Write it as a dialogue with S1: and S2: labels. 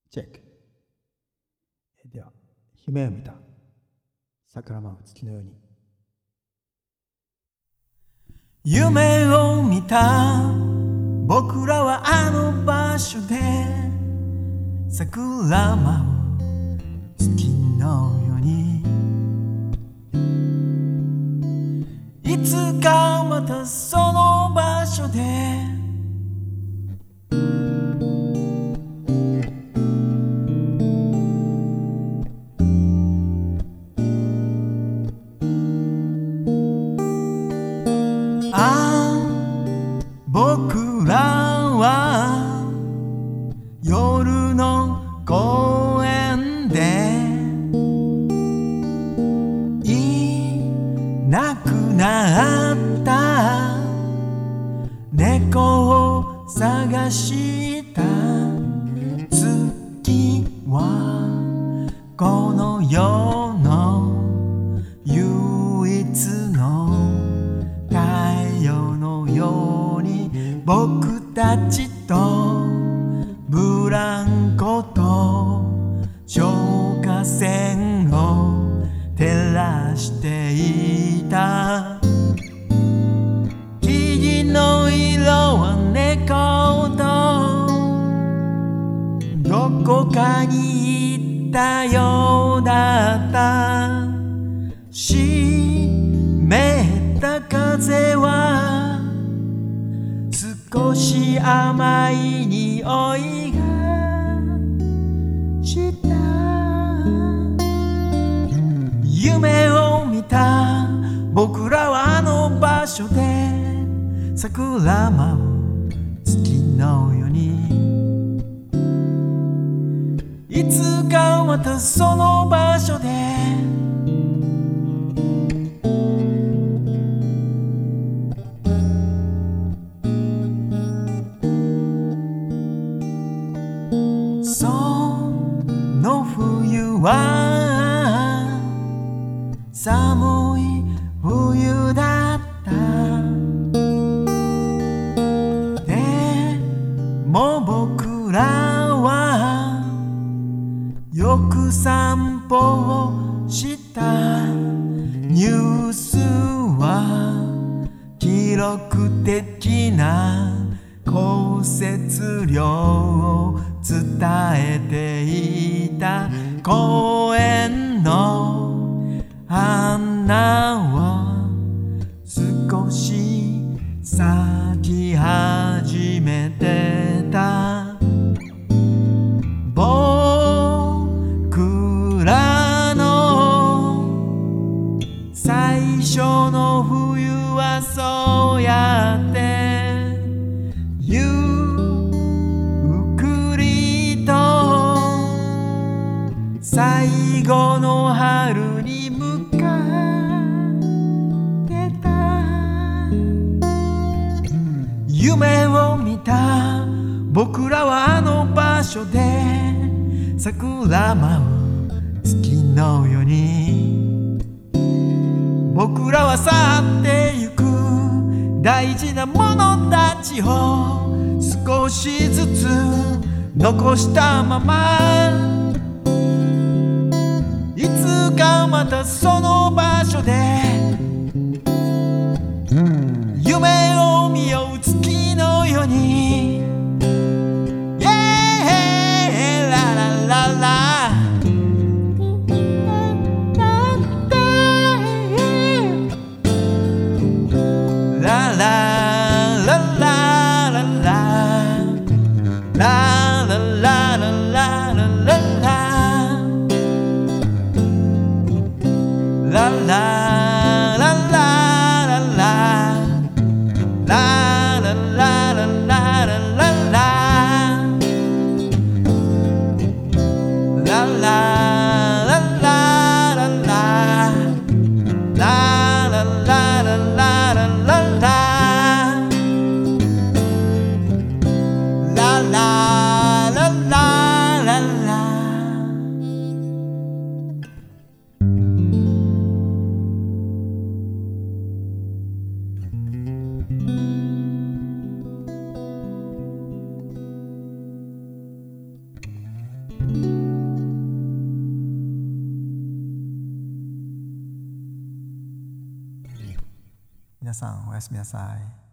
S1: チェック。では、夢を見た桜舞う月のように。
S2: 夢を見た僕らはあの場所で桜舞う月のように、いつかまたその場所で僕らは夜の公園でいなくなった猫を探した月はこの世の唯一の太陽のように、僕たちとブランコと消火栓を照らしていた。木々の色は猫とどこかに行ったようだった。湿った風は少し甘い匂いがした。夢を見た僕らはあの場所で桜舞う月のように、いつかまたその場所でその冬は寒い冬だった。でも僕らはよく散歩をした。ニュースは記録的な降雪量を伝えていた。公園の花は少し咲き始めてた。僕らの最初の冬はそうやってゆっくりと最後の春に向かってた。夢を見た僕らはあの場所で桜舞う月のように、僕らは去ってゆく大事なものたちを少しずつ残したまま、いつかまたその場所で夢を見よう月のように。ラララララララララ皆さんおやすみなさい。